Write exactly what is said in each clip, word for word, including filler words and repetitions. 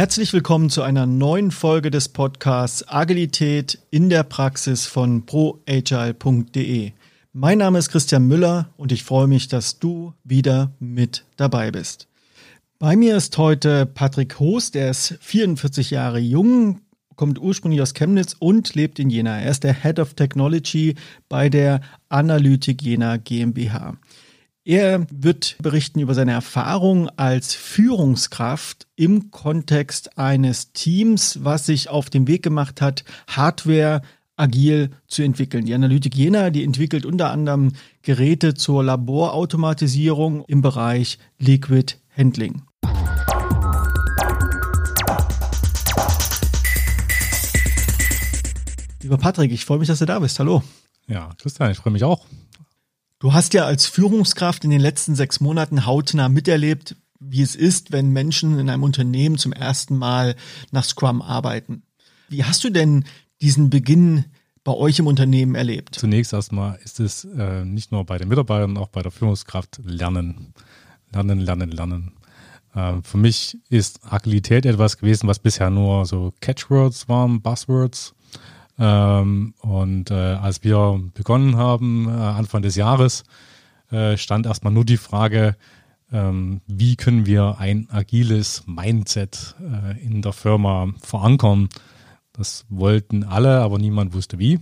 Herzlich willkommen zu einer neuen Folge des Podcasts Agilität in der Praxis von proagile punkt de. Mein Name ist Christian Müller und ich freue mich, dass du wieder mit dabei bist. Bei mir ist heute Patrick Hoos, der ist vierundvierzig Jahre jung, kommt ursprünglich aus Chemnitz und lebt in Jena. Er ist der Head of Technology bei der Analytik Jena GmbH. Er wird berichten über seine Erfahrung als Führungskraft im Kontext eines Teams, was sich auf den Weg gemacht hat, Hardware agil zu entwickeln. Die Analytik Jena, die entwickelt unter anderem Geräte zur Laborautomatisierung im Bereich Liquid Handling. Lieber Patrick, ich freue mich, dass du da bist. Hallo. Ja, Christian, ich freue mich auch. Du hast ja als Führungskraft in den letzten sechs Monaten hautnah miterlebt, wie es ist, wenn Menschen in einem Unternehmen zum ersten Mal nach Scrum arbeiten. Wie hast du denn diesen Beginn bei euch im Unternehmen erlebt? Zunächst erstmal ist es äh, nicht nur bei den Mitarbeitern, auch bei der Führungskraft Lernen. Lernen, lernen, lernen. Äh, für mich ist Agilität etwas gewesen, was bisher nur so Catchwords waren, Buzzwords. Ähm, und äh, als wir begonnen haben, äh, Anfang des Jahres, äh, stand erstmal nur die Frage, ähm, wie können wir ein agiles Mindset äh, in der Firma verankern. Das wollten alle, aber niemand wusste wie.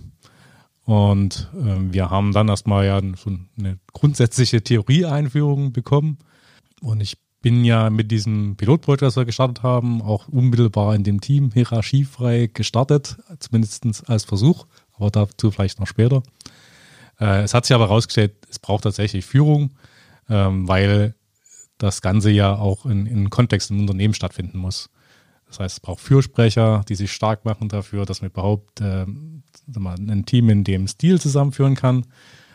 Und äh, wir haben dann erstmal ja so eine grundsätzliche Theorieeinführung bekommen. Und ich bin ja mit diesem Pilotprojekt, das wir gestartet haben, auch unmittelbar in dem Team hierarchiefrei gestartet, zumindest als Versuch, aber dazu vielleicht noch später. Äh, es hat sich aber herausgestellt, es braucht tatsächlich Führung, ähm, weil das Ganze ja auch in, in Kontext im Unternehmen stattfinden muss. Das heißt, es braucht Fürsprecher, die sich stark machen dafür, dass man überhaupt äh, ein Team in dem Stil zusammenführen kann.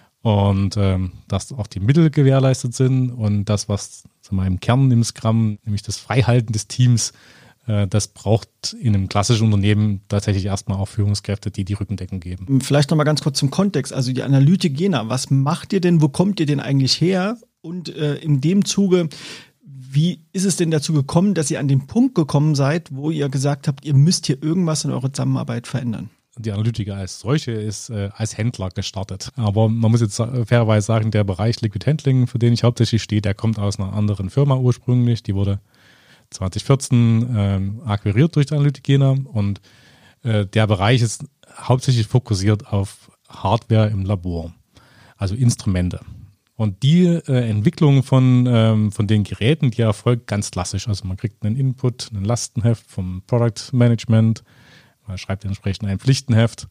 Und ähm, dass auch die Mittel gewährleistet sind und das, was sagen wir, im Kern im Scrum, nämlich das Freihalten des Teams, äh, das braucht in einem klassischen Unternehmen tatsächlich erstmal auch Führungskräfte, die die Rückendeckung geben. Vielleicht nochmal ganz kurz zum Kontext. Also die Analytik Jena, was macht ihr denn, wo kommt ihr denn eigentlich her? Und äh, in dem Zuge, wie ist es denn dazu gekommen, dass ihr an den Punkt gekommen seid, wo ihr gesagt habt, ihr müsst hier irgendwas in eurer Zusammenarbeit verändern? Die Analytiker als solche ist äh, als Händler gestartet. Aber man muss jetzt fairerweise sagen, der Bereich Liquid Handling, für den ich hauptsächlich stehe, der kommt aus einer anderen Firma ursprünglich. Die wurde zwanzig vierzehn ähm, akquiriert durch die Analytik Jena. Und äh, der Bereich ist hauptsächlich fokussiert auf Hardware im Labor, also Instrumente. Und die äh, Entwicklung von, ähm, von den Geräten, die erfolgt ganz klassisch. Also man kriegt einen Input, ein Lastenheft vom Product Management, man schreibt entsprechend ein Pflichtenheft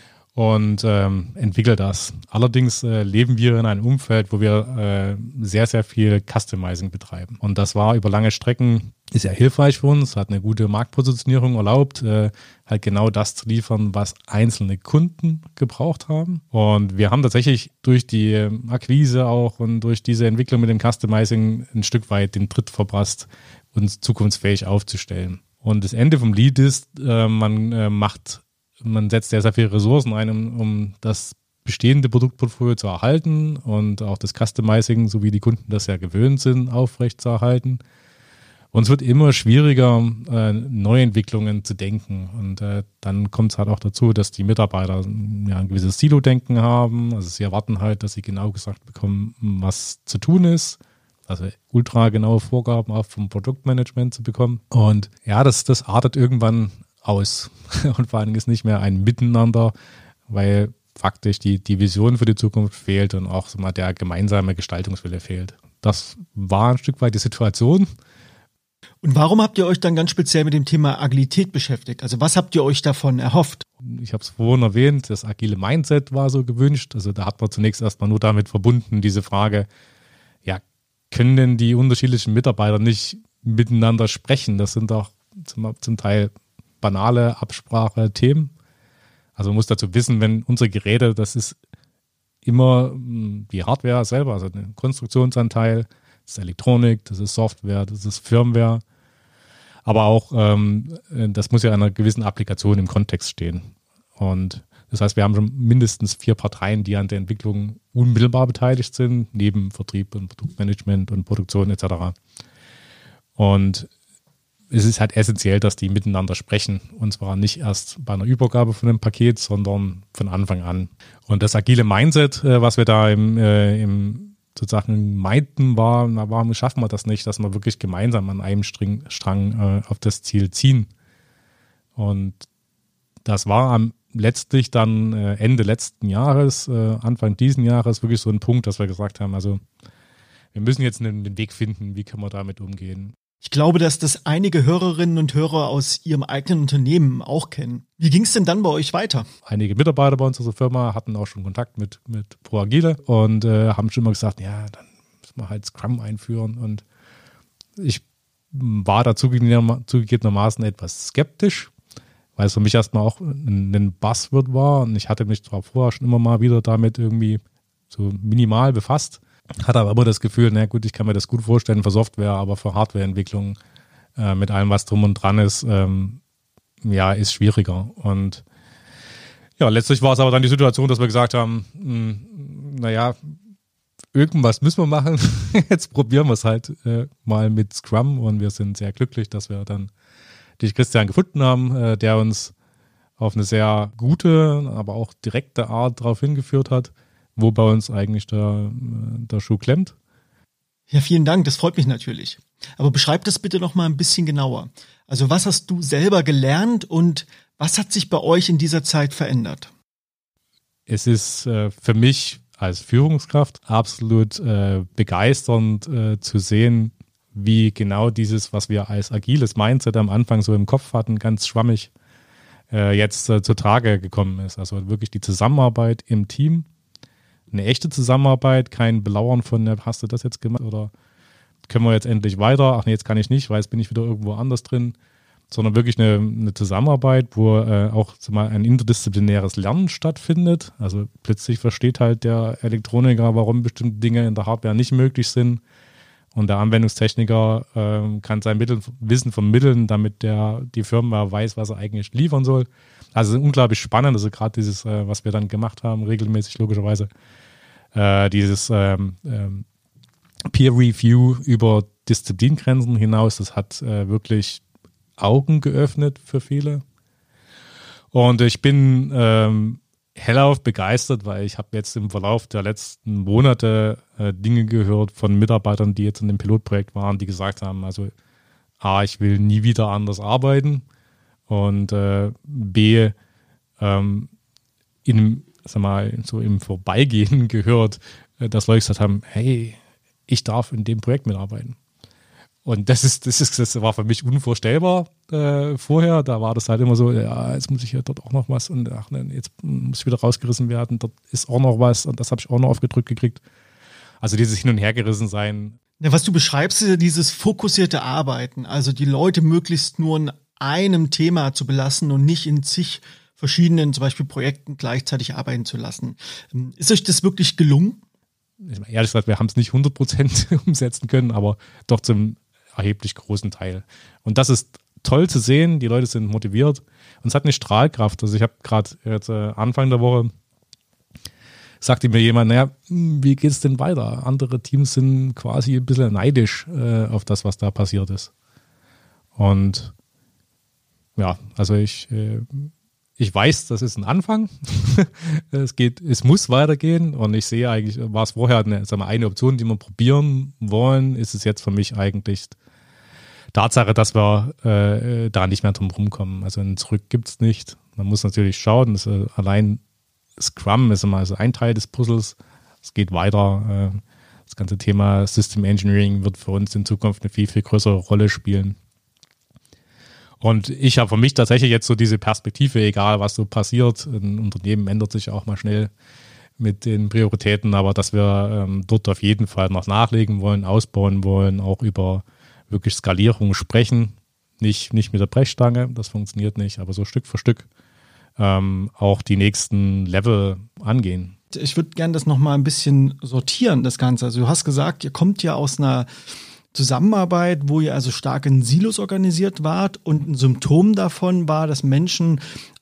und ähm, entwickelt das. Allerdings äh, leben wir in einem Umfeld, wo wir äh, sehr, sehr viel Customizing betreiben. Und das war über lange Strecken sehr hilfreich für uns, hat eine gute Marktpositionierung erlaubt, äh, halt genau das zu liefern, was einzelne Kunden gebraucht haben. Und wir haben tatsächlich durch die Akquise auch und durch diese Entwicklung mit dem Customizing ein Stück weit den Tritt verpasst, uns zukunftsfähig aufzustellen. Und das Ende vom Lied ist, äh, man äh, macht, man setzt sehr, sehr viele Ressourcen ein, um, um das bestehende Produktportfolio zu erhalten und auch das Customizing, so wie die Kunden das ja gewöhnt sind, aufrecht zu erhalten. Und es wird immer schwieriger, äh, Neuentwicklungen zu denken. Und äh, dann kommt es halt auch dazu, dass die Mitarbeiter ja, ein gewisses Silo-Denken haben. Also sie erwarten halt, dass sie genau gesagt bekommen, was zu tun ist. Also ultra genaue Vorgaben auch vom Produktmanagement zu bekommen. Und ja, das, das artet irgendwann aus. Und vor allem ist nicht mehr ein Miteinander, weil faktisch die, die Vision für die Zukunft fehlt und auch so mal der gemeinsame Gestaltungswille fehlt. Das war ein Stück weit die Situation. Und warum habt ihr euch dann ganz speziell mit dem Thema Agilität beschäftigt? Also was habt ihr euch davon erhofft? Ich habe es vorhin erwähnt, das agile Mindset war so gewünscht. Also da hat man zunächst erstmal nur damit verbunden, diese Frage, ja, können denn die unterschiedlichen Mitarbeiter nicht miteinander sprechen? Das sind doch zum, zum Teil banale Absprache-Themen. Also man muss dazu wissen, wenn unsere Geräte, das ist immer die Hardware selber, also ein Konstruktionsanteil, das ist Elektronik, das ist Software, das ist Firmware. Aber auch, ähm, das muss ja einer gewissen Applikation im Kontext stehen. Und das heißt, wir haben schon mindestens vier Parteien, die an der Entwicklung unmittelbar beteiligt sind, neben Vertrieb und Produktmanagement und Produktion et cetera. Und es ist halt essentiell, dass die miteinander sprechen. Und zwar nicht erst bei einer Übergabe von einem Paket, sondern von Anfang an. Und das agile Mindset, äh, was wir da im, äh, im sozusagen meinten, war, na, warum schaffen wir das nicht, dass wir wirklich gemeinsam an einem String, Strang äh, auf das Ziel ziehen. Und das war am letztlich dann äh, Ende letzten Jahres, äh, Anfang diesen Jahres wirklich so ein Punkt, dass wir gesagt haben, also wir müssen jetzt einen, einen Weg finden, wie können wir damit umgehen. Ich glaube, dass das einige Hörerinnen und Hörer aus ihrem eigenen Unternehmen auch kennen. Wie ging es denn dann bei euch weiter? Einige Mitarbeiter bei uns in der Firma hatten auch schon Kontakt mit, mit ProAgile und äh, haben schon immer gesagt, ja, dann müssen wir halt Scrum einführen. Und ich war da zugegebenermaßen etwas skeptisch, weil es für mich erstmal auch ein, ein Buzzword war und ich hatte mich zwar vorher schon immer mal wieder damit irgendwie so minimal befasst. Hatte aber immer das Gefühl, na gut, ich kann mir das gut vorstellen für Software, aber für Hardwareentwicklung äh, mit allem, was drum und dran ist, ähm, ja, ist schwieriger. Und ja, letztlich war es aber dann die Situation, dass wir gesagt haben, mh, naja, irgendwas müssen wir machen. Jetzt probieren wir es halt äh, mal mit Scrum und wir sind sehr glücklich, dass wir dann den Christian gefunden haben, äh, der uns auf eine sehr gute, aber auch direkte Art darauf hingeführt hat, wo bei uns eigentlich der, der Schuh klemmt. Ja, vielen Dank, das freut mich natürlich. Aber beschreib das bitte noch mal ein bisschen genauer. Also was hast du selber gelernt und was hat sich bei euch in dieser Zeit verändert? Es ist äh, für mich als Führungskraft absolut äh, begeisternd äh, zu sehen, wie genau dieses, was wir als agiles Mindset am Anfang so im Kopf hatten, ganz schwammig, äh, jetzt äh, zur Trage gekommen ist. Also wirklich die Zusammenarbeit im Team, eine echte Zusammenarbeit, kein Belauern von, hast du das jetzt gemacht oder können wir jetzt endlich weiter? Ach nee, jetzt kann ich nicht, weil jetzt bin ich wieder irgendwo anders drin. Sondern wirklich eine, eine Zusammenarbeit, wo äh, auch sag mal, ein interdisziplinäres Lernen stattfindet. Also plötzlich versteht halt der Elektroniker, warum bestimmte Dinge in der Hardware nicht möglich sind. Und der Anwendungstechniker äh, kann sein Mittel, Wissen vermitteln, damit der die Firma weiß, was er eigentlich liefern soll. Also unglaublich spannend, also gerade dieses, äh, was wir dann gemacht haben, regelmäßig logischerweise, äh, dieses ähm, ähm, Peer Review über Disziplingrenzen hinaus, das hat äh, wirklich Augen geöffnet für viele. Und ich bin ähm, hellauf begeistert, weil ich habe jetzt im Verlauf der letzten Monate äh, Dinge gehört von Mitarbeitern, die jetzt in dem Pilotprojekt waren, die gesagt haben, also A, ich will nie wieder anders arbeiten und äh, B, ähm, in, sag mal, so im Vorbeigehen gehört, äh, dass Leute gesagt haben, hey, ich darf in dem Projekt mitarbeiten. Und das ist, das ist, das war für mich unvorstellbar äh, vorher. Da war das halt immer so, ja, jetzt muss ich ja dort auch noch was und ach, ne, jetzt muss ich wieder rausgerissen werden, dort ist auch noch was und das habe ich auch noch aufgedrückt gekriegt. Also dieses Hin- und Hergerissen sein. Ja, was du beschreibst, ist ja dieses fokussierte Arbeiten, also die Leute möglichst nur in einem Thema zu belassen und nicht in zig verschiedenen, zum Beispiel Projekten gleichzeitig arbeiten zu lassen. Ist euch das wirklich gelungen? Ehrlich gesagt, wir haben es nicht hundert Prozent umsetzen können, aber doch zum erheblich großen Teil. Und das ist toll zu sehen, die Leute sind motiviert und es hat eine Strahlkraft. Also ich habe gerade jetzt äh, Anfang der Woche sagte mir jemand, naja, wie geht es denn weiter? Andere Teams sind quasi ein bisschen neidisch äh, auf das, was da passiert ist. Und ja, also ich äh, ich weiß, das ist ein Anfang. es geht, es muss weitergehen und ich sehe eigentlich, war es vorher eine, sagen wir, eine Option, die wir probieren wollen, ist es jetzt für mich eigentlich Tatsache, dass wir äh, da nicht mehr drum rumkommen. Also ein Zurück gibt es nicht. Man muss natürlich schauen, dass, äh, allein Scrum ist immer also ein Teil des Puzzles. Es geht weiter. Äh, das ganze Thema System Engineering wird für uns in Zukunft eine viel, viel größere Rolle spielen. Und ich habe für mich tatsächlich jetzt so diese Perspektive, egal was so passiert, ein Unternehmen ändert sich auch mal schnell mit den Prioritäten, aber dass wir ähm, dort auf jeden Fall noch nachlegen wollen, ausbauen wollen, auch über wirklich Skalierung sprechen, nicht, nicht mit der Brechstange, das funktioniert nicht, aber so Stück für Stück ähm, auch die nächsten Level angehen. Ich würde gerne das nochmal ein bisschen sortieren, das Ganze. Also du hast gesagt, ihr kommt ja aus einer Zusammenarbeit, wo ihr also stark in Silos organisiert wart und ein Symptom davon war, dass Menschen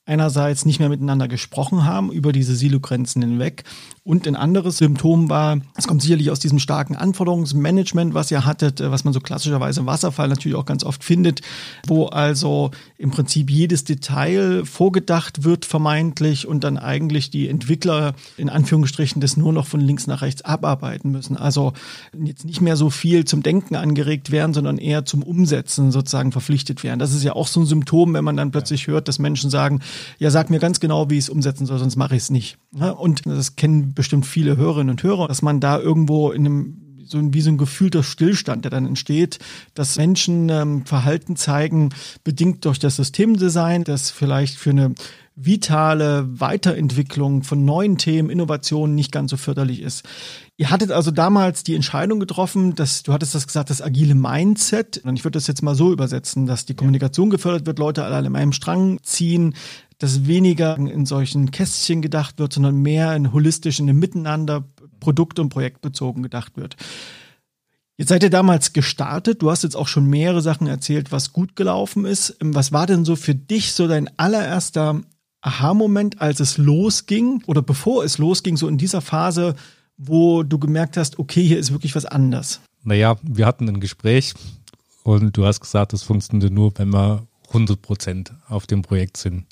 einerseits nicht mehr miteinander gesprochen haben über diese Silogrenzen hinweg. Und ein anderes Symptom war, es kommt sicherlich aus diesem starken Anforderungsmanagement, was ihr hattet, was man so klassischerweise im Wasserfall natürlich auch ganz oft findet, wo also im Prinzip jedes Detail vorgedacht wird vermeintlich und dann eigentlich die Entwickler in Anführungsstrichen das nur noch von links nach rechts abarbeiten müssen. Also jetzt nicht mehr so viel zum Denken angeregt werden, sondern eher zum Umsetzen sozusagen verpflichtet werden. Das ist ja auch so ein Symptom, wenn man dann plötzlich hört, dass Menschen sagen, ja, sag mir ganz genau, wie ich es umsetzen soll, sonst mache ich es nicht. Und das kennen bestimmt viele Hörerinnen und Hörer, dass man da irgendwo in einem so ein, wie so ein gefühlter Stillstand, der dann entsteht, dass Menschen ähm, Verhalten zeigen, bedingt durch das Systemdesign, das vielleicht für eine vitale Weiterentwicklung von neuen Themen, Innovationen nicht ganz so förderlich ist. Ihr hattet also damals die Entscheidung getroffen, dass, du hattest das gesagt, das agile Mindset, und ich würde das jetzt mal so übersetzen, dass die Kommunikation gefördert wird, Leute alle an einem Strang ziehen, dass weniger in solchen Kästchen gedacht wird, sondern mehr in holistisch, in dem Miteinander, produkt- und projektbezogen gedacht wird. Jetzt seid ihr damals gestartet, du hast jetzt auch schon mehrere Sachen erzählt, was gut gelaufen ist. Was war denn so für dich so dein allererster Aha-Moment, als es losging oder bevor es losging, so in dieser Phase, wo du gemerkt hast, okay, hier ist wirklich was anders? Naja, wir hatten ein Gespräch und du hast gesagt, das funktioniert nur, wenn wir hundert Prozent auf dem Projekt sind.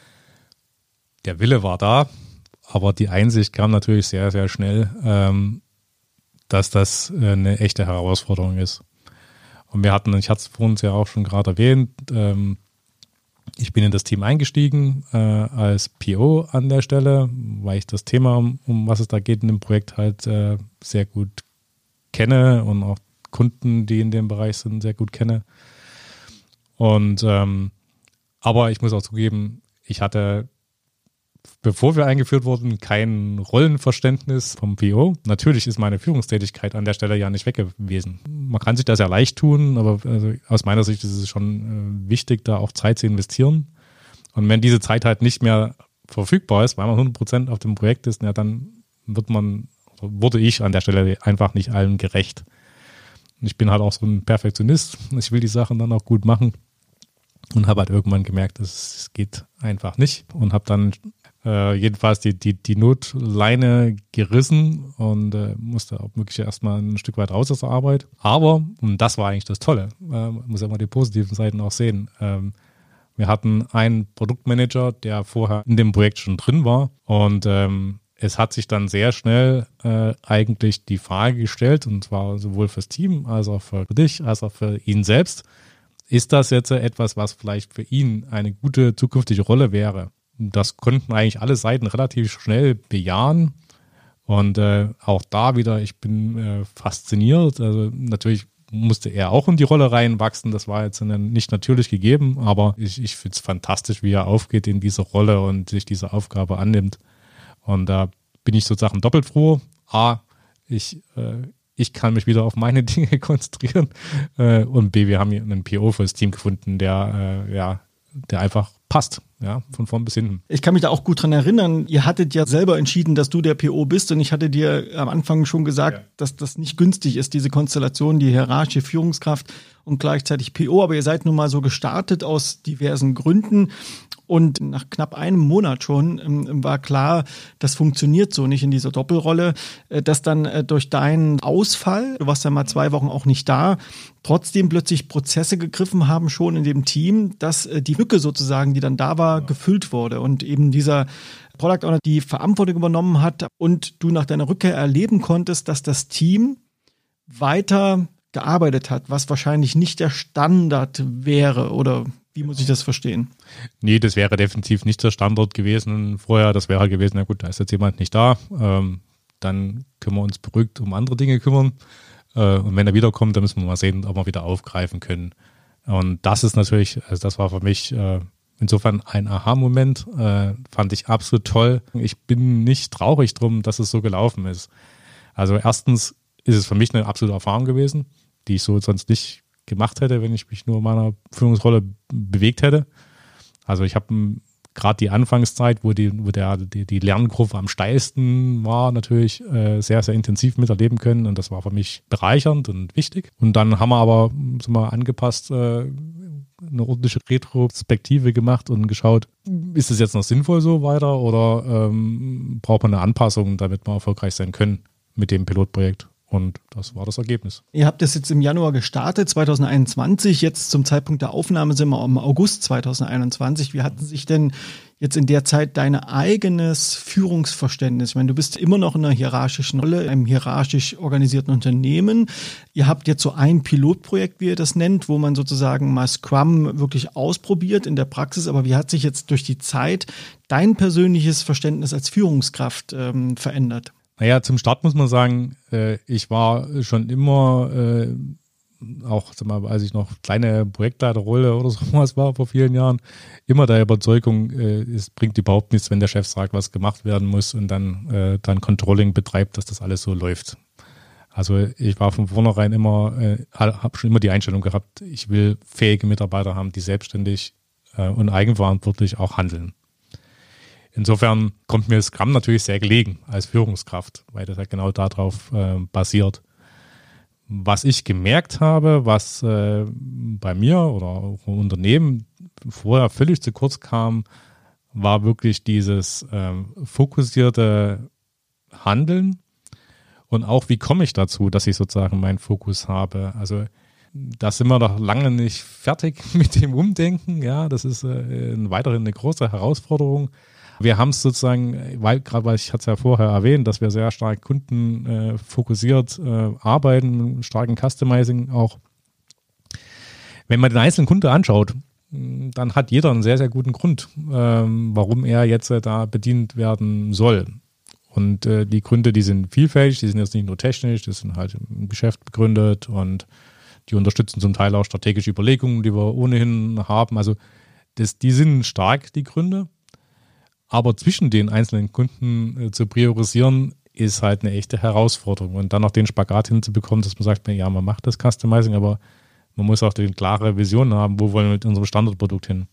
Der Wille war da, aber die Einsicht kam natürlich sehr, sehr schnell, ähm, dass das eine echte Herausforderung ist. Und wir hatten, ich hatte es vorhin ja auch schon gerade erwähnt, ähm, ich bin in das Team eingestiegen äh, als P O an der Stelle, weil ich das Thema, um, um was es da geht in dem Projekt, halt äh, sehr gut kenne und auch Kunden, die in dem Bereich sind, sehr gut kenne. Und ähm, aber ich muss auch zugeben, ich hatte, bevor wir eingeführt wurden, kein Rollenverständnis vom P O. Natürlich ist meine Führungstätigkeit an der Stelle ja nicht weg gewesen. Man kann sich das ja leicht tun, aber also aus meiner Sicht ist es schon äh, wichtig, da auch Zeit zu investieren. Und wenn diese Zeit halt nicht mehr verfügbar ist, weil man hundert Prozent auf dem Projekt ist, ja, dann wird man, wurde ich an der Stelle einfach nicht allen gerecht. Und ich bin halt auch so ein Perfektionist. Ich will die Sachen dann auch gut machen und habe halt irgendwann gemerkt, es geht einfach nicht und habe dann Äh, jedenfalls die, die, die Notleine gerissen und äh, musste auch wirklich erstmal ein Stück weit raus aus der Arbeit. Aber, und das war eigentlich das Tolle, äh, man muss ja mal die positiven Seiten auch sehen. Ähm, wir hatten einen Produktmanager, der vorher in dem Projekt schon drin war und ähm, es hat sich dann sehr schnell äh, eigentlich die Frage gestellt, und zwar sowohl fürs Team als auch für dich, als auch für ihn selbst, ist das jetzt etwas, was vielleicht für ihn eine gute zukünftige Rolle wäre? Das konnten eigentlich alle Seiten relativ schnell bejahen. Und äh, auch da wieder, ich bin äh, fasziniert. Also natürlich musste er auch in die Rolle reinwachsen. Das war jetzt nicht natürlich gegeben, aber ich, ich finde es fantastisch, wie er aufgeht in dieser Rolle und sich diese Aufgabe annimmt. Und da bin ich sozusagen doppelt froh. A, ich, äh, ich kann mich wieder auf meine Dinge konzentrieren. Äh, und B, wir haben hier einen P O fürs Team gefunden, der äh, ja, der einfach passt, ja, von vorn bis hinten. Ich kann mich da auch gut dran erinnern, ihr hattet ja selber entschieden, dass du der P O bist und ich hatte dir am Anfang schon gesagt, ja, dass das nicht günstig ist, diese Konstellation, die hierarchische Führungskraft und gleichzeitig P O, aber ihr seid nun mal so gestartet aus diversen Gründen. Und nach knapp einem Monat schon ähm, war klar, das funktioniert so nicht in dieser Doppelrolle, äh, dass dann äh, durch deinen Ausfall, du warst ja mal zwei Wochen auch nicht da, trotzdem plötzlich Prozesse gegriffen haben schon in dem Team, dass äh, die Lücke sozusagen, die dann da war, gefüllt wurde und eben dieser Product Owner die Verantwortung übernommen hat und du nach deiner Rückkehr erleben konntest, dass das Team weiter gearbeitet hat, was wahrscheinlich nicht der Standard wäre, oder wie muss ich das verstehen? Nee, das wäre definitiv nicht der Standard gewesen vorher. Das wäre gewesen, na gut, da ist jetzt jemand nicht da. Ähm, dann können wir uns beruhigt um andere Dinge kümmern. Äh, und wenn er wiederkommt, dann müssen wir mal sehen, ob wir wieder aufgreifen können. Und das ist natürlich, also das war für mich äh, insofern ein Aha-Moment. Äh, fand ich absolut toll. Ich bin nicht traurig drum, dass es so gelaufen ist. Also erstens ist es für mich eine absolute Erfahrung gewesen, die ich so sonst nicht gemacht hätte, wenn ich mich nur in meiner Führungsrolle bewegt hätte. Also ich habe gerade die Anfangszeit, wo die, wo der, die, die Lernkurve am steilsten war, natürlich äh, sehr, sehr intensiv miterleben können und das war für mich bereichernd und wichtig. Und dann haben wir aber sind wir angepasst, äh, eine ordentliche Retrospektive gemacht und geschaut, ist es jetzt noch sinnvoll so weiter oder ähm, braucht man eine Anpassung, damit wir erfolgreich sein können mit dem Pilotprojekt. Und das war das Ergebnis. Ihr habt das jetzt im Januar gestartet, zwanzig einundzwanzig. Jetzt zum Zeitpunkt der Aufnahme sind wir im August zwanzig einundzwanzig. Wie hatten sich denn jetzt in der Zeit dein eigenes Führungsverständnis? Ich meine, du bist immer noch in einer hierarchischen Rolle, einem hierarchisch organisierten Unternehmen. Ihr habt jetzt so ein Pilotprojekt, wie ihr das nennt, wo man sozusagen mal Scrum wirklich ausprobiert in der Praxis. Aber wie hat sich jetzt durch die Zeit dein persönliches Verständnis als Führungskraft ähm, verändert? Naja, zum Start muss man sagen, äh, ich war schon immer, äh, auch sag mal, als ich noch kleine Projektleiterrolle oder sowas war vor vielen Jahren, immer der Überzeugung, äh, es bringt überhaupt nichts, wenn der Chef sagt, was gemacht werden muss und dann, äh, dann Controlling betreibt, dass das alles so läuft. Also ich war von vornherein immer, äh, habe schon immer die Einstellung gehabt, ich will fähige Mitarbeiter haben, die selbstständig äh, und eigenverantwortlich auch handeln. Insofern kommt mir Scrum natürlich sehr gelegen als Führungskraft, weil das halt genau darauf äh, basiert. Was ich gemerkt habe, was äh, bei mir oder auch im Unternehmen vorher völlig zu kurz kam, war wirklich dieses äh, fokussierte Handeln und auch, wie komme ich dazu, dass ich sozusagen meinen Fokus habe. Also da sind wir noch lange nicht fertig mit dem Umdenken. Ja, das ist äh, weiterhin eine große Herausforderung. Wir haben es sozusagen, weil gerade weil ich hatte es ja vorher erwähnt, dass wir sehr stark kundenfokussiert äh, äh, arbeiten, mit starken Customizing auch. Wenn man den einzelnen Kunde anschaut, dann hat jeder einen sehr, sehr guten Grund, ähm, warum er jetzt äh, da bedient werden soll. Und äh, die Gründe, die sind vielfältig, die sind jetzt nicht nur technisch, die sind halt im Geschäft begründet und die unterstützen zum Teil auch strategische Überlegungen, die wir ohnehin haben. Also das, die sind stark, die Gründe. Aber zwischen den einzelnen Kunden äh, zu priorisieren, ist halt eine echte Herausforderung. Und dann noch den Spagat hinzubekommen, dass man sagt, ja, man macht das Customizing, aber man muss auch eine klare Vision haben, wo wollen wir mit unserem Standardprodukt hin.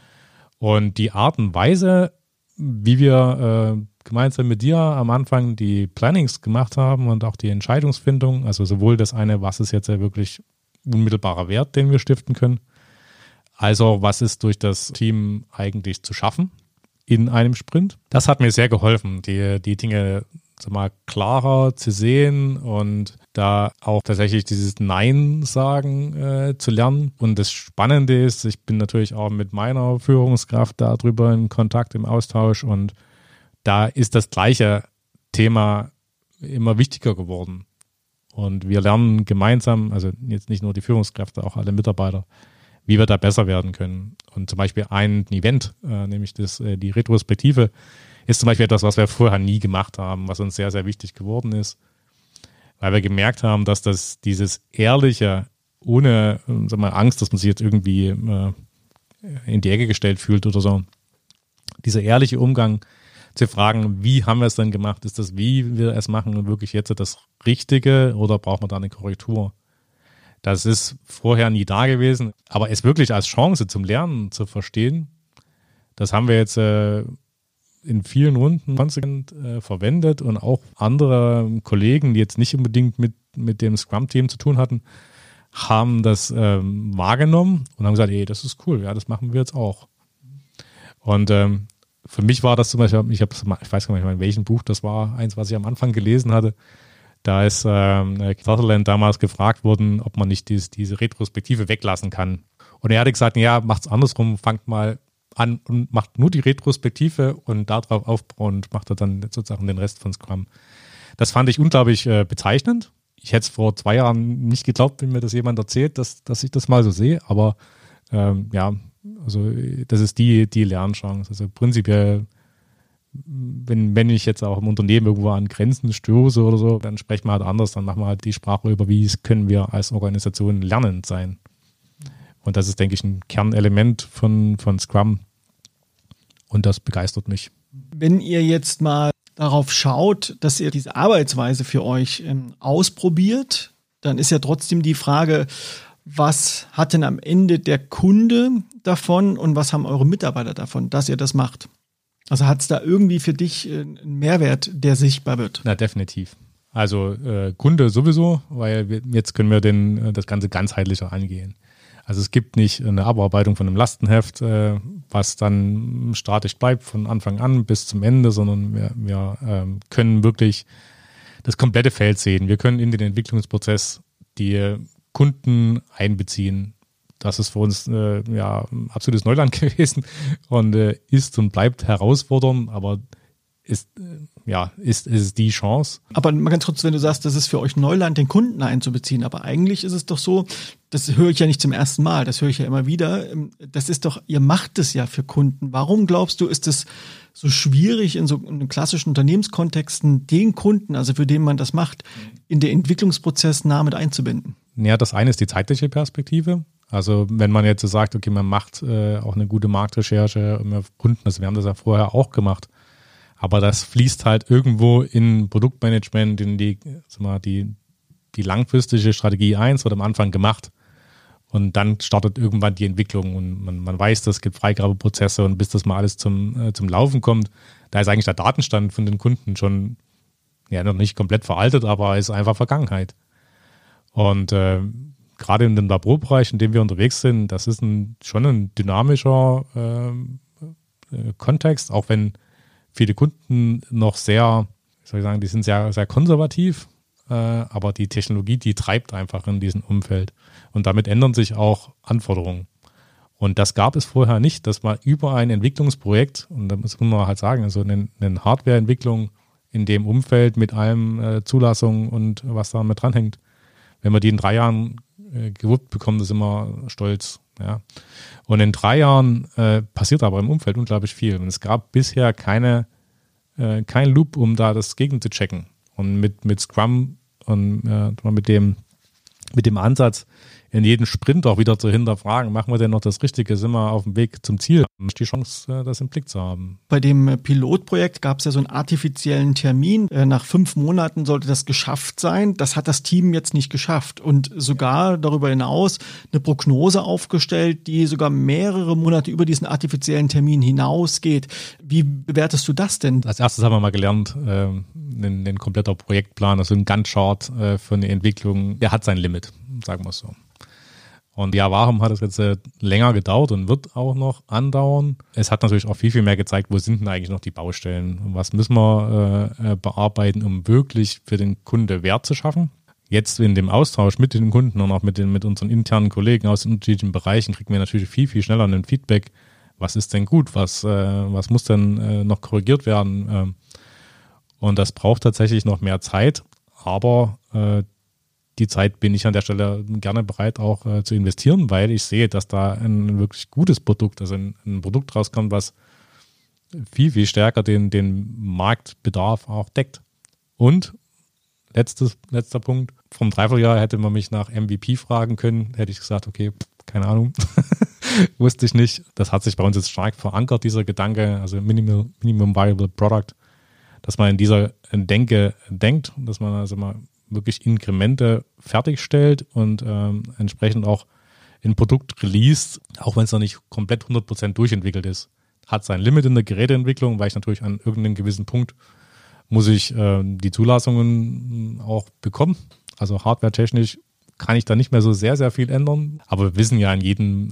Und die Art und Weise, wie wir äh, gemeinsam mit dir am Anfang die Plannings gemacht haben und auch die Entscheidungsfindung, also sowohl das eine, was ist jetzt ja wirklich unmittelbarer Wert, den wir stiften können, als auch was ist durch das Team eigentlich zu schaffen in einem Sprint. Das hat mir sehr geholfen, die, die Dinge sag mal, klarer zu sehen und da auch tatsächlich dieses Nein sagen äh, zu lernen. Und das Spannende ist, ich bin natürlich auch mit meiner Führungskraft darüber in Kontakt, im Austausch und da ist das gleiche Thema immer wichtiger geworden. Und wir lernen gemeinsam, also jetzt nicht nur die Führungskräfte, auch alle Mitarbeiter, wie wir da besser werden können. Und zum Beispiel ein Event, äh, nämlich das, äh, die Retrospektive, ist zum Beispiel etwas, was wir vorher nie gemacht haben, was uns sehr, sehr wichtig geworden ist, weil wir gemerkt haben, dass das dieses ehrliche, ohne äh, sag mal, Angst, dass man sich jetzt irgendwie äh, in die Ecke gestellt fühlt oder so, dieser ehrliche Umgang zu fragen, wie haben wir es denn gemacht? Ist das, wie wir es machen, wirklich jetzt das Richtige oder braucht man da eine Korrektur? Das ist vorher nie da gewesen, aber es wirklich als Chance zum Lernen zu verstehen, das haben wir jetzt äh, in vielen Runden konsequent äh, verwendet und auch andere Kollegen, die jetzt nicht unbedingt mit, mit dem Scrum-Team zu tun hatten, haben das ähm, wahrgenommen und haben gesagt, ey, das ist cool, ja, das machen wir jetzt auch. Und ähm, für mich war das zum Beispiel, ich habe, ich weiß gar nicht mehr, in welchem Buch das war, eins, was ich am Anfang gelesen hatte. Da ist ähm, Sutherland damals gefragt worden, ob man nicht dies, diese Retrospektive weglassen kann. Und er hatte gesagt, ja, macht's andersrum, fangt mal an und macht nur die Retrospektive und darauf aufbauen und macht dann sozusagen den Rest von Scrum. Das fand ich unglaublich äh, bezeichnend. Ich hätte es vor zwei Jahren nicht geglaubt, wenn mir das jemand erzählt, dass, dass ich das mal so sehe. Aber ähm, ja, also das ist die, die Lernchance. Also prinzipiell, wenn, wenn ich jetzt auch im Unternehmen irgendwo an Grenzen stoße oder so, dann sprechen wir halt anders, dann machen wir halt die Sprache über, wie können wir als Organisation lernend sein. Und das ist, denke ich, ein Kernelement von, von Scrum. Und das begeistert mich. Wenn ihr jetzt mal darauf schaut, dass ihr diese Arbeitsweise für euch ähm, ausprobiert, dann ist ja trotzdem die Frage, was hat denn am Ende der Kunde davon und was haben eure Mitarbeiter davon, dass ihr das macht? Also hat es da irgendwie für dich einen Mehrwert, der sichtbar wird? Na, definitiv. Also äh, Kunde sowieso, weil wir, jetzt können wir den, das Ganze ganzheitlicher angehen. Also es gibt nicht eine Abarbeitung von einem Lastenheft, äh, was dann statisch bleibt von Anfang an bis zum Ende, sondern wir, wir ähm, können wirklich das komplette Feld sehen. Wir können in den Entwicklungsprozess die Kunden einbeziehen. Das ist für uns äh, ja absolutes Neuland gewesen und äh, ist und bleibt herausfordernd, aber ist äh, ja ist, ist die Chance. Aber mal ganz kurz, wenn du sagst, das ist für euch Neuland, den Kunden einzubeziehen, aber eigentlich ist es doch so, das höre ich ja nicht zum ersten Mal, das höre ich ja immer wieder, das ist doch, ihr macht es ja für Kunden. Warum glaubst du, ist es so schwierig in so in klassischen Unternehmenskontexten, den Kunden, also für den man das macht, in den Entwicklungsprozess nah mit einzubinden? Ja, das eine ist die zeitliche Perspektive. Also wenn man jetzt so sagt, okay, man macht äh, auch eine gute Marktrecherche und wir Kunden, also wir haben das ja vorher auch gemacht, aber das fließt halt irgendwo in Produktmanagement, in die, sag mal, die, die langfristige Strategie eins wird am Anfang gemacht und dann startet irgendwann die Entwicklung und man, man weiß, es gibt Freigabeprozesse und bis das mal alles zum, äh, zum Laufen kommt, da ist eigentlich der Datenstand von den Kunden schon ja noch nicht komplett veraltet, aber ist einfach Vergangenheit. Und äh, gerade in dem Labor-Bereich, in dem wir unterwegs sind, das ist ein, schon ein dynamischer äh, Kontext, auch wenn viele Kunden noch sehr, wie soll ich sagen, die sind sehr, sehr konservativ, äh, aber die Technologie, die treibt einfach in diesem Umfeld. Und damit ändern sich auch Anforderungen. Und das gab es vorher nicht, dass man über ein Entwicklungsprojekt, und da muss man halt sagen, also eine, eine Hardwareentwicklung in dem Umfeld mit allem äh, Zulassung und was da mit dranhängt, wenn wir die in drei Jahren äh, gewuppt bekommen, das ist immer stolz. Ja. Und in drei Jahren äh, passiert aber im Umfeld unglaublich viel. Und es gab bisher keine, äh, kein Loop, um da das gegen zu checken. Und mit, mit Scrum und äh, mit dem, mit dem Ansatz, in jedem Sprint auch wieder zu hinterfragen, machen wir denn noch das Richtige, sind wir auf dem Weg zum Ziel, die Chance, das im Blick zu haben. Bei dem Pilotprojekt gab es ja so einen artifiziellen Termin. Nach fünf Monaten sollte das geschafft sein. Das hat das Team jetzt nicht geschafft und sogar darüber hinaus eine Prognose aufgestellt, die sogar mehrere Monate über diesen artifiziellen Termin hinausgeht. Wie bewertest du das denn? Als erstes haben wir mal gelernt, ein, ein kompletter Projektplan, also ein Gantt-Chart für eine Entwicklung, der hat sein Limit, sagen wir es so. Und ja, warum hat es jetzt äh, länger gedauert und wird auch noch andauern? Es hat natürlich auch viel, viel mehr gezeigt, wo sind denn eigentlich noch die Baustellen und was müssen wir äh, bearbeiten, um wirklich für den Kunde Wert zu schaffen. Jetzt in dem Austausch mit den Kunden und auch mit, den, mit unseren internen Kollegen aus den unterschiedlichen Bereichen kriegen wir natürlich viel, viel schneller ein Feedback. Was ist denn gut? Was, äh, was muss denn äh, noch korrigiert werden? Ähm, und das braucht tatsächlich noch mehr Zeit, aber äh, die Zeit bin ich an der Stelle gerne bereit auch äh, zu investieren, weil ich sehe, dass da ein wirklich gutes Produkt, also ein, ein Produkt rauskommt, was viel, viel stärker den, den Marktbedarf auch deckt. Und letztes, letzter Punkt, vom Dreivierteljahr hätte man mich nach M V P fragen können, hätte ich gesagt, okay, keine Ahnung, wusste ich nicht. Das hat sich bei uns jetzt stark verankert, dieser Gedanke, also Minimal, Minimum Viable Product, dass man in dieser Denke denkt, dass man also mal wirklich Inkremente fertigstellt und ähm, entsprechend auch ein Produkt released, auch wenn es noch nicht komplett hundert Prozent durchentwickelt ist. Hat sein Limit in der Geräteentwicklung, weil ich natürlich an irgendeinem gewissen Punkt muss ich äh, die Zulassungen auch bekommen. Also hardwaretechnisch kann ich da nicht mehr so sehr, sehr viel ändern. Aber wir wissen ja, in jedem,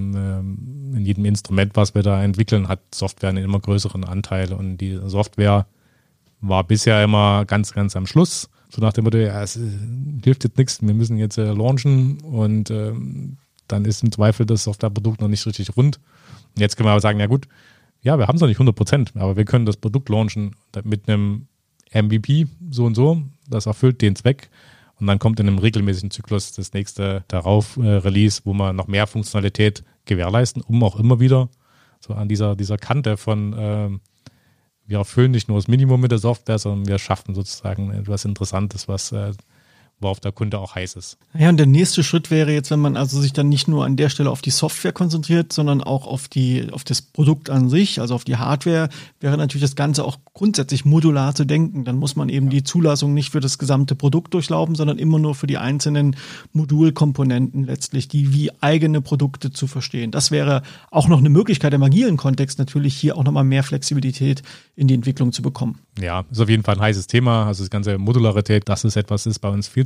ähm, in jedem Instrument, was wir da entwickeln, hat Software einen immer größeren Anteil. Und die Software war bisher immer ganz, ganz am Schluss. So nach dem Motto, ja, es hilft jetzt nichts, wir müssen jetzt äh, launchen und ähm, dann ist im Zweifel das Softwareprodukt noch nicht richtig rund. Und jetzt können wir aber sagen, ja gut, ja, wir haben es noch nicht hundert Prozent, aber wir können das Produkt launchen mit einem M V P so und so, das erfüllt den Zweck und dann kommt in einem regelmäßigen Zyklus das nächste darauf äh, Release, wo wir noch mehr Funktionalität gewährleisten, um auch immer wieder so an dieser, dieser Kante von äh, wir erfüllen nicht nur das Minimum mit der Software, sondern wir schaffen sozusagen etwas Interessantes, was äh, worauf der Kunde auch heiß ist. Ja, und der nächste Schritt wäre jetzt, wenn man also sich dann nicht nur an der Stelle auf die Software konzentriert, sondern auch auf die, auf das Produkt an sich, also auf die Hardware, wäre natürlich das Ganze auch grundsätzlich modular zu denken. Dann muss man eben die Zulassung nicht für das gesamte Produkt durchlaufen, sondern immer nur für die einzelnen Modulkomponenten letztlich, die wie eigene Produkte zu verstehen. Das wäre auch noch eine Möglichkeit im agilen Kontext natürlich hier auch nochmal mehr Flexibilität in die Entwicklung zu bekommen. Ja, ist auf jeden Fall ein heißes Thema. Also das ganze Modularität, das ist etwas, ist bei uns viel zu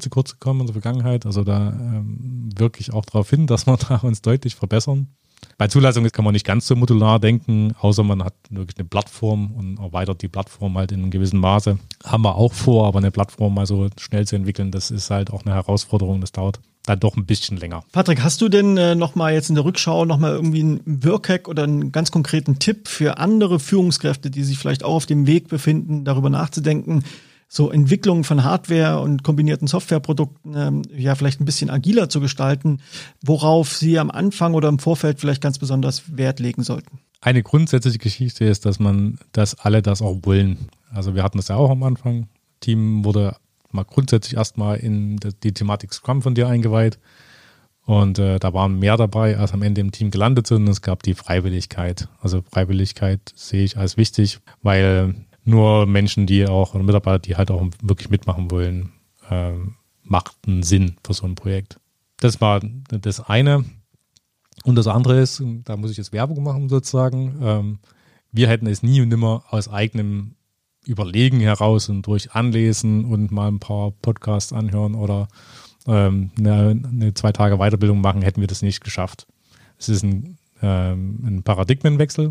zu kurz gekommen in der Vergangenheit. Also da ähm, wirklich auch darauf hin, dass wir da uns deutlich verbessern. Bei Zulassung kann man nicht ganz so modular denken, außer man hat wirklich eine Plattform und erweitert die Plattform halt in einem gewissen Maße. Haben wir auch vor, aber eine Plattform mal so schnell zu entwickeln, das ist halt auch eine Herausforderung, das dauert dann doch ein bisschen länger. Patrick, hast du denn äh, nochmal jetzt in der Rückschau nochmal irgendwie einen Workhack oder einen ganz konkreten Tipp für andere Führungskräfte, die sich vielleicht auch auf dem Weg befinden, darüber nachzudenken, so Entwicklung von Hardware und kombinierten Softwareprodukten ähm, ja vielleicht ein bisschen agiler zu gestalten, worauf sie am Anfang oder im Vorfeld vielleicht ganz besonders Wert legen sollten? Eine grundsätzliche Geschichte ist, dass man, dass alle das auch wollen. Also wir hatten das ja auch am Anfang. Team wurde mal grundsätzlich erstmal in die Thematik Scrum von dir eingeweiht. Und äh, da waren mehr dabei, als am Ende im Team gelandet sind. Und es gab die Freiwilligkeit. Also Freiwilligkeit sehe ich als wichtig, weil nur Menschen, die auch, oder Mitarbeiter, die halt auch wirklich mitmachen wollen, äh, macht einen Sinn für so ein Projekt. Das war das eine. Und das andere ist, da muss ich jetzt Werbung machen sozusagen, ähm, wir hätten es nie und nimmer aus eigenem Überlegen heraus und durch Anlesen und mal ein paar Podcasts anhören oder ähm, eine, eine zwei Tage Weiterbildung machen, hätten wir das nicht geschafft. Es ist ein, ähm, ein Paradigmenwechsel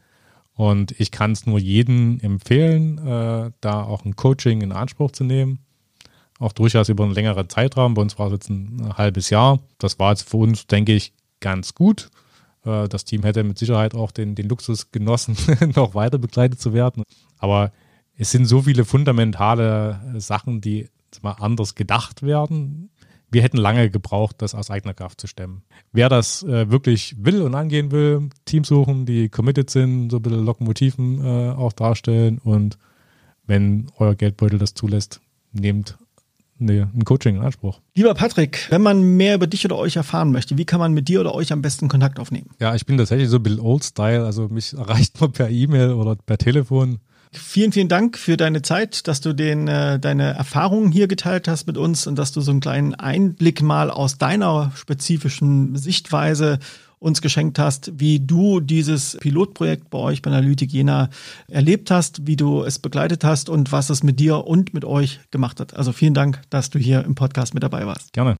und ich kann es nur jedem empfehlen, äh, da auch ein Coaching in Anspruch zu nehmen. Auch durchaus über einen längeren Zeitraum. Bei uns war es jetzt ein halbes Jahr. Das war jetzt für uns, denke ich, ganz gut. Äh, das Team hätte mit Sicherheit auch den, den Luxus genossen, noch weiter begleitet zu werden. Aber es sind so viele fundamentale Sachen, die mal anders gedacht werden. Wir hätten lange gebraucht, das aus eigener Kraft zu stemmen. Wer das äh, wirklich will und angehen will, Teams suchen, die committed sind, so ein bisschen Lokomotiven äh, auch darstellen. Und wenn euer Geldbeutel das zulässt, nehmt eine, ein Coaching in Anspruch. Lieber Patrick, wenn man mehr über dich oder euch erfahren möchte, wie kann man mit dir oder euch am besten Kontakt aufnehmen? Ja, ich bin tatsächlich so ein bisschen Old-Style. Also mich erreicht man per E-Mail oder per Telefon. Vielen, vielen Dank für deine Zeit, dass du den, äh, deine Erfahrungen hier geteilt hast mit uns und dass du so einen kleinen Einblick mal aus deiner spezifischen Sichtweise uns geschenkt hast, wie du dieses Pilotprojekt bei euch bei Analytik Jena erlebt hast, wie du es begleitet hast und was es mit dir und mit euch gemacht hat. Also vielen Dank, dass du hier im Podcast mit dabei warst. Gerne.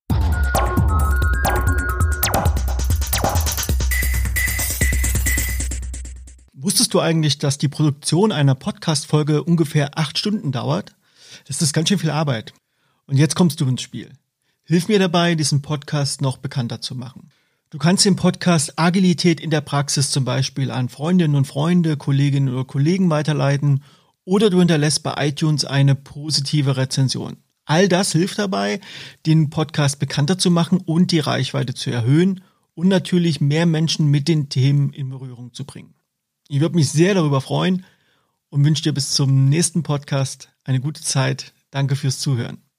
Wusstest du eigentlich, dass die Produktion einer Podcast-Folge ungefähr acht Stunden dauert? Das ist ganz schön viel Arbeit. Und jetzt kommst du ins Spiel. Hilf mir dabei, diesen Podcast noch bekannter zu machen. Du kannst den Podcast Agilität in der Praxis zum Beispiel an Freundinnen und Freunde, Kolleginnen oder Kollegen weiterleiten oder du hinterlässt bei iTunes eine positive Rezension. All das hilft dabei, den Podcast bekannter zu machen und die Reichweite zu erhöhen und natürlich mehr Menschen mit den Themen in Berührung zu bringen. Ich würde mich sehr darüber freuen und wünsche dir bis zum nächsten Podcast eine gute Zeit. Danke fürs Zuhören.